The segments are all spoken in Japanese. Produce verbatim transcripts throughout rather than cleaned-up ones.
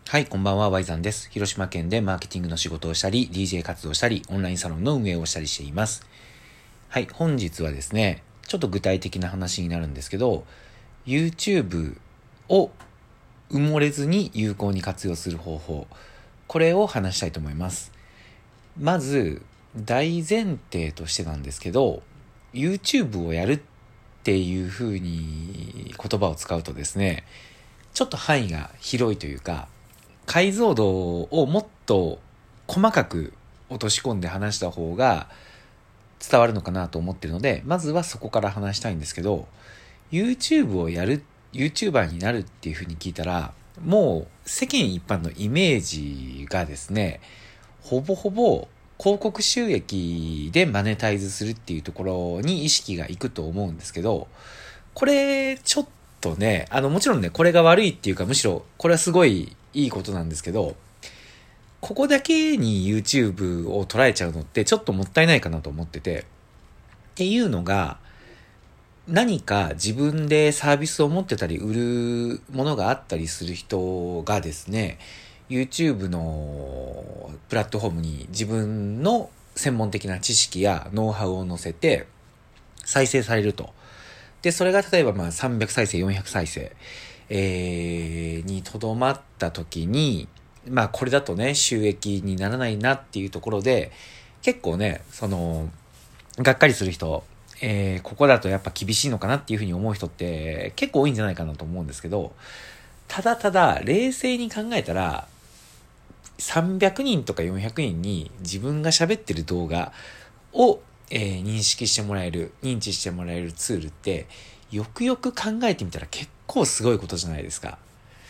はい、こんばんは、ワイザンです。広島県でマーケティングの仕事をしたり、ディージェー 活動をしたり、オンラインサロンの運営をしたりしています。はい、本日はですね、ちょっと具体的な話になるんですけど、YouTube を埋もれずに有効に活用する方法、これを話したいと思います。まず、大前提としてなんですけど、YouTube をやるっていう風に言葉を使うとですね、ちょっと範囲が広いというか、解像度をもっと細かく落とし込んで話した方が伝わるのかなと思ってるので、まずはそこから話したいんですけど、YouTube をやる、YouTuber になるっていう風に聞いたら、もう世間一般のイメージがですね、ほぼほぼ広告収益でマネタイズするっていうところに意識がいくと思うんですけど、これちょっとね、あのもちろんね、これが悪いっていうか、むしろこれはすごいいいことなんですけど、ここだけに YouTube を捉えちゃうのってちょっともったいないかなと思ってて、っていうのが、何か自分でサービスを持ってたり売るものがあったりする人がですね、YouTube のプラットフォームに自分の専門的な知識やノウハウを載せて再生されると。で、それが例えばまあさんびゃく再生、よんひゃく再生、えー、にとどまった時に、まあこれだとね、収益にならないなっていうところで、結構ね、その、がっかりする人、えー、ここだとやっぱ厳しいのかなっていうふうに思う人って結構多いんじゃないかなと思うんですけど、ただただ冷静に考えたら、さんびゃくにんとかよんひゃくにんに自分が喋ってる動画を、えー、認識してもらえる、認知してもらえるツールって、よくよく考えてみたら結構すごいことじゃないですか。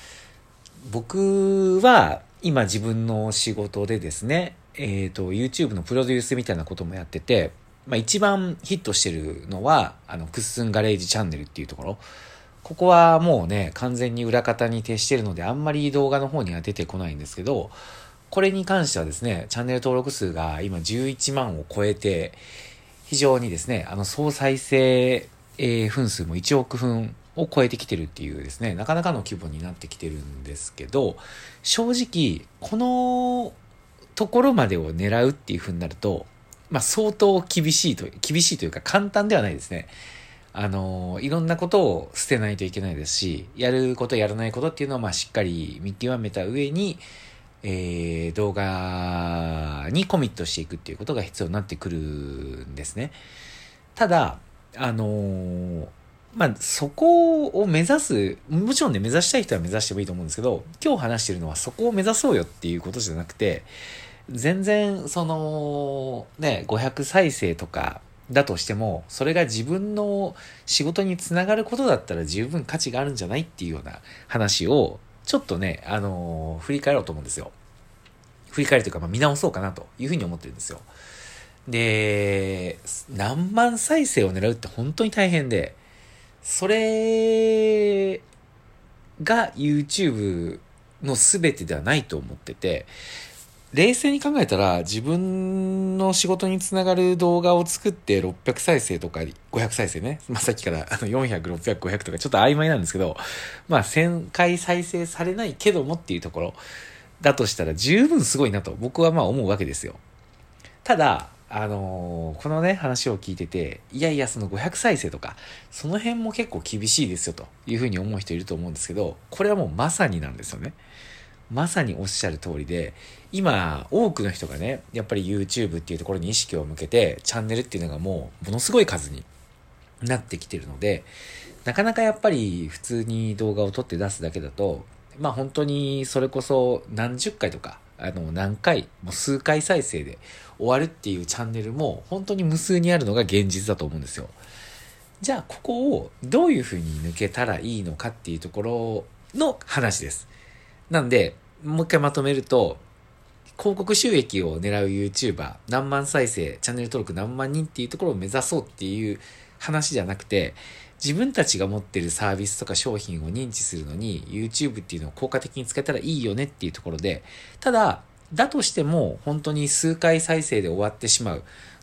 僕は今自分の仕事でですね、えっと、YouTube のプロデュースみたいなこともやってて、まあ一番ヒットしてるのは、あの、クッスンガレージチャンネルっていうところ。ここはもうね、完全に裏方に徹してるので、あんまり動画の方には出てこないんですけど、これに関してはですね、チャンネル登録数が今じゅういちまんを超えて、非常にですね、あの、総再生、えー分数もいちおく分を超えてきてるっていうですね、なかなかの規模になってきてるんですけど、正直、このところまでを狙うっていう風になると、まあ相当厳しいと、厳しいというか簡単ではないですね。あの、いろんなことを捨てないといけないですし、やることやらないことっていうのをまあしっかり見極めた上に、えー、動画にコミットしていくっていうことが必要になってくるんですね。ただ、あのーまあ、そこを目指す、もちろんね、目指したい人は目指してもいいと思うんですけど、今日話してるのはそこを目指そうよっていうことじゃなくて、全然、その、ね、ごひゃく再生とかだとしても、それが自分の仕事につながることだったら十分価値があるんじゃないっていうような話を、ちょっとね、あのー振り返ろうと思うんですよ。振り返るというか、まあ、見直そうかなというふうに思ってるんですよ。で、何万再生を狙うって本当に大変で、それが YouTube の全てではないと思ってて、冷静に考えたら自分の仕事につながる動画を作ってろっぴゃく再生とかごひゃく再生ね。まあ、さっきからあのよんひゃく、ろっぴゃく、ごひゃくとかちょっと曖昧なんですけど、まあせんかい再生されないけどもっていうところだとしたら十分すごいなと僕はまあ思うわけですよ。ただ、あのーこのね、話を聞いてて、いやいや、そのごひゃく再生とか、その辺も結構厳しいですよというふうに思う人いると思うんですけど、これはもうまさになんですよね。まさにおっしゃる通りで、今、多くの人がね、やっぱり YouTube っていうところに意識を向けて、チャンネルっていうのがもう、ものすごい数になってきてるので、なかなかやっぱり普通に動画を撮って出すだけだと、まあ本当にそれこそ何十回とか、あの何回、もう数回再生で終わるっていうチャンネルも本当に無数にあるのが現実だと思うんですよ。じゃあここをどういうふうに抜けたらいいのかっていうところの話です。なんで、もう一回まとめると、広告収益を狙う YouTuber、何万再生、チャンネル登録何万人っていうところを目指そうっていう話じゃなくて、自分たちが持ってるサービスとか商品を認知するのに YouTube っていうのを効果的に使えたらいいよねっていうところで、ただ、だとしても本当に数回再生で終わってしまう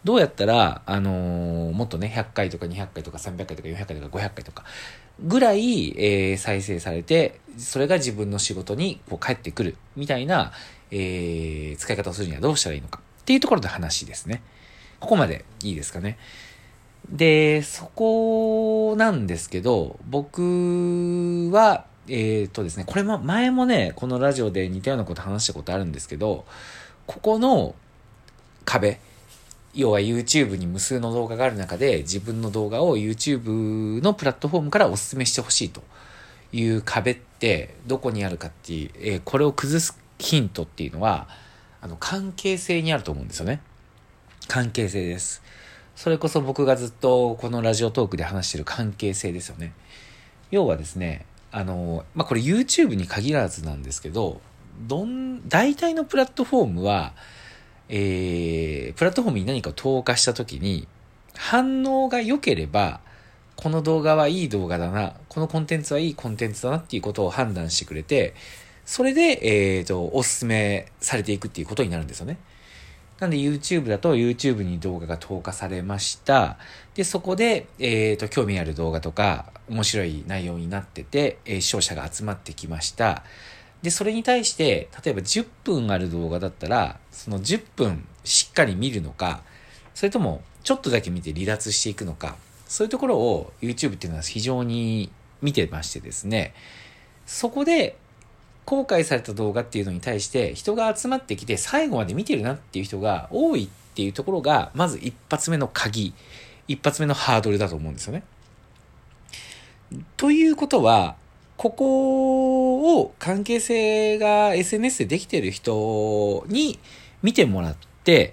どうやったら、あのーもっとね、ひゃっかいとかにひゃっかいとかさんびゃっかいとかよんひゃっかいとかごひゃっかいとかぐらい、えー再生されて、それが自分の仕事にこう返ってくるみたいな、えー使い方をするにはどうしたらいいのかっていうところの話ですね。ここまでいいですかね。で、そこなんですけど、僕は、えっとですね、これも前もね、このラジオで似たようなこと話したことあるんですけど、ここの壁、要は YouTube に無数の動画がある中で自分の動画を YouTube のプラットフォームからお勧めしてほしいという壁ってどこにあるかっていう、えーこれを崩すヒントっていうのは、あの関係性にあると思うんですよね。関係性です。それこそ僕がずっとこのラジオトークで話している関係性ですよね。要はですね、あの、まあ、これ YouTube に限らずなんですけど、どん、大体のプラットフォームは、えー、プラットフォームに何かを投下したときに、反応が良ければ、この動画はいい動画だな、このコンテンツはいいコンテンツだなっていうことを判断してくれて、それで、えーと、おすすめされていくっていうことになるんですよね。なんで YouTube だと YouTube に動画が投下されました。で、そこで、えーと、興味ある動画とか、面白い内容になってて、えー視聴者が集まってきました。で、それに対して、例えばじゅっぷんある動画だったら、そのじゅっぷんしっかり見るのか、それともちょっとだけ見て離脱していくのか、そういうところを YouTube っていうのは非常に見てましてですね、そこで公開された動画っていうのに対して人が集まってきて最後まで見てるなっていう人が多いっていうところが、まず一発目の鍵、一発目のハードルだと思うんですよね。ということは、ここを関係性が エスエヌエス でできている人に見てもらって、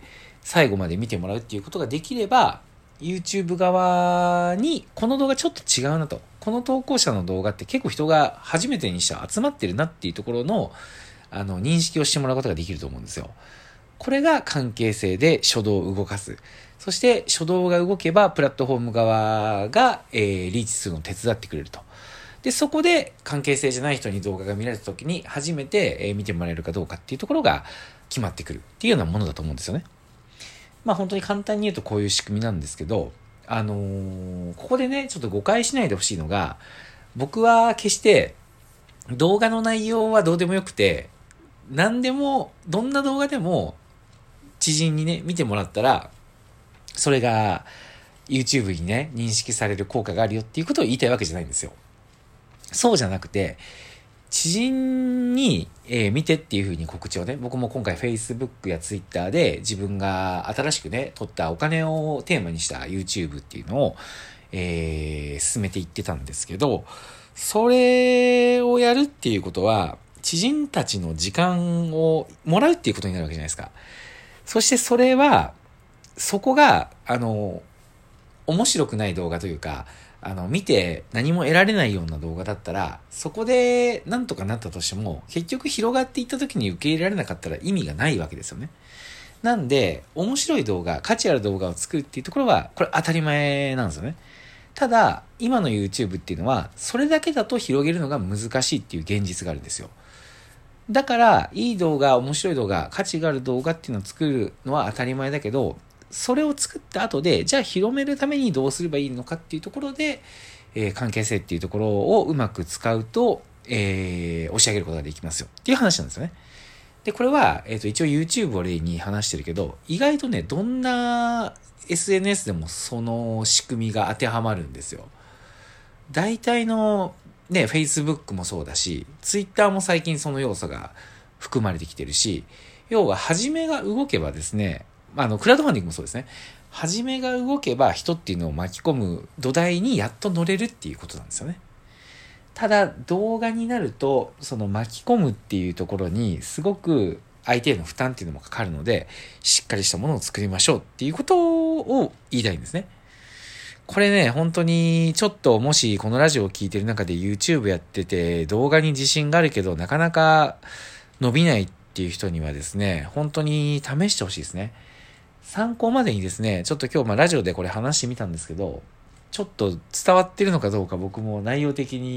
最後まで見てもらうっていうことができれば、YouTube 側にこの動画ちょっと違うなと。この投稿者の動画って結構人が初めてにしては集まってるなっていうところの、あの、認識をしてもらうことができると思うんですよ。これが関係性で初動を動かす。そして初動が動けばプラットフォーム側が、えー、リーチするのを手伝ってくれると。で、そこで関係性じゃない人に動画が見られた時に初めて、えー、見てもらえるかどうかっていうところが決まってくるっていうようなものだと思うんですよね。まあ本当に簡単に言うとこういう仕組みなんですけど、あのーここでね、ちょっと誤解しないでほしいのが、僕は決して動画の内容はどうでもよくて、何でも、どんな動画でも知人にね、見てもらったら、それが YouTube にね、認識される効果があるよっていうことを言いたいわけじゃないんですよ。そうじゃなくて、知人に、えー見てっていう風に告知をね、僕も今回 Facebook や Twitter で自分が新しくね、取ったお金をテーマにした YouTube っていうのを、えー進めていってたんですけど、それをやるっていうことは、知人たちの時間をもらうっていうことになるわけじゃないですか。そしてそれは、そこが、あの、面白くない動画というか、あの、見て何も得られないような動画だったら、そこでなんとかなったとしても、結局広がっていった時に受け入れられなかったら意味がないわけですよね。なんで、面白い動画、価値ある動画を作るっていうところは、これ当たり前なんですよね。ただ、今の YouTube っていうのは、それだけだと広げるのが難しいっていう現実があるんですよ。だから、いい動画、面白い動画、価値がある動画っていうのを作るのは当たり前だけど、それを作った後で、じゃあ広めるためにどうすればいいのかっていうところで、えー関係性っていうところをうまく使うと、えー押し上げることができますよっていう話なんですよね。で、これは、えっと、一応 YouTube を例に話してるけど、意外とね、どんな エスエヌエス でもその仕組みが当てはまるんですよ。大体のね、Facebook もそうだし、Twitter も最近その要素が含まれてきてるし、要は、始めが動けばですね、まあ、あの、クラウドファンディングもそうですね。始めが動けば人っていうのを巻き込む土台にやっと乗れるっていうことなんですよね。ただ、動画になると、その巻き込むっていうところに、すごく相手への負担っていうのもかかるので、しっかりしたものを作りましょうっていうことを言いたいんですね。これね、本当に、ちょっともしこのラジオを聞いてる中で YouTube やってて、動画に自信があるけど、なかなか伸びないっていう人にはですね、本当に試してほしいですね。参考までにですね、ちょっと今日まあラジオでこれ話してみたんですけど、ちょっと伝わってるのかどうか僕も内容的に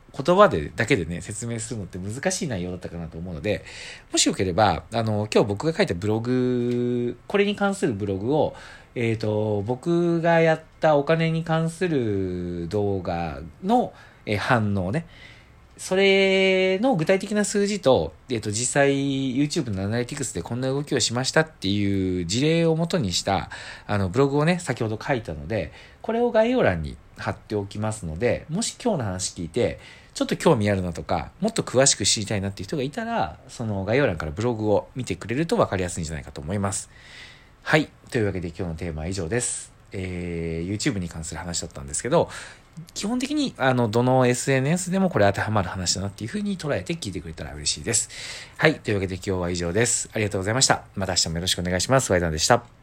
言葉で、だけでね、説明するのって難しい内容だったかなと思うので、もしよければ、あの、今日僕が書いたブログ、これに関するブログを、えっと、僕がやったお金に関する動画の、えー反応ね、それの具体的な数字と、えっと、実際 YouTube のアナリティクスでこんな動きをしましたっていう事例をもとにした、あの、ブログをね、先ほど書いたので、これを概要欄に貼っておきますので、もし今日の話聞いて、ちょっと興味あるなとか、もっと詳しく知りたいなっていう人がいたら、その概要欄からブログを見てくれると分かりやすいんじゃないかと思います。はい。というわけで今日のテーマは以上です。えー、YouTube に関する話だったんですけど、基本的に、あの、どの エスエヌエス でもこれ当てはまる話だなっていう風に捉えて聞いてくれたら嬉しいです。はい。というわけで今日は以上です。ありがとうございました。また明日もよろしくお願いします。ワイダンでした。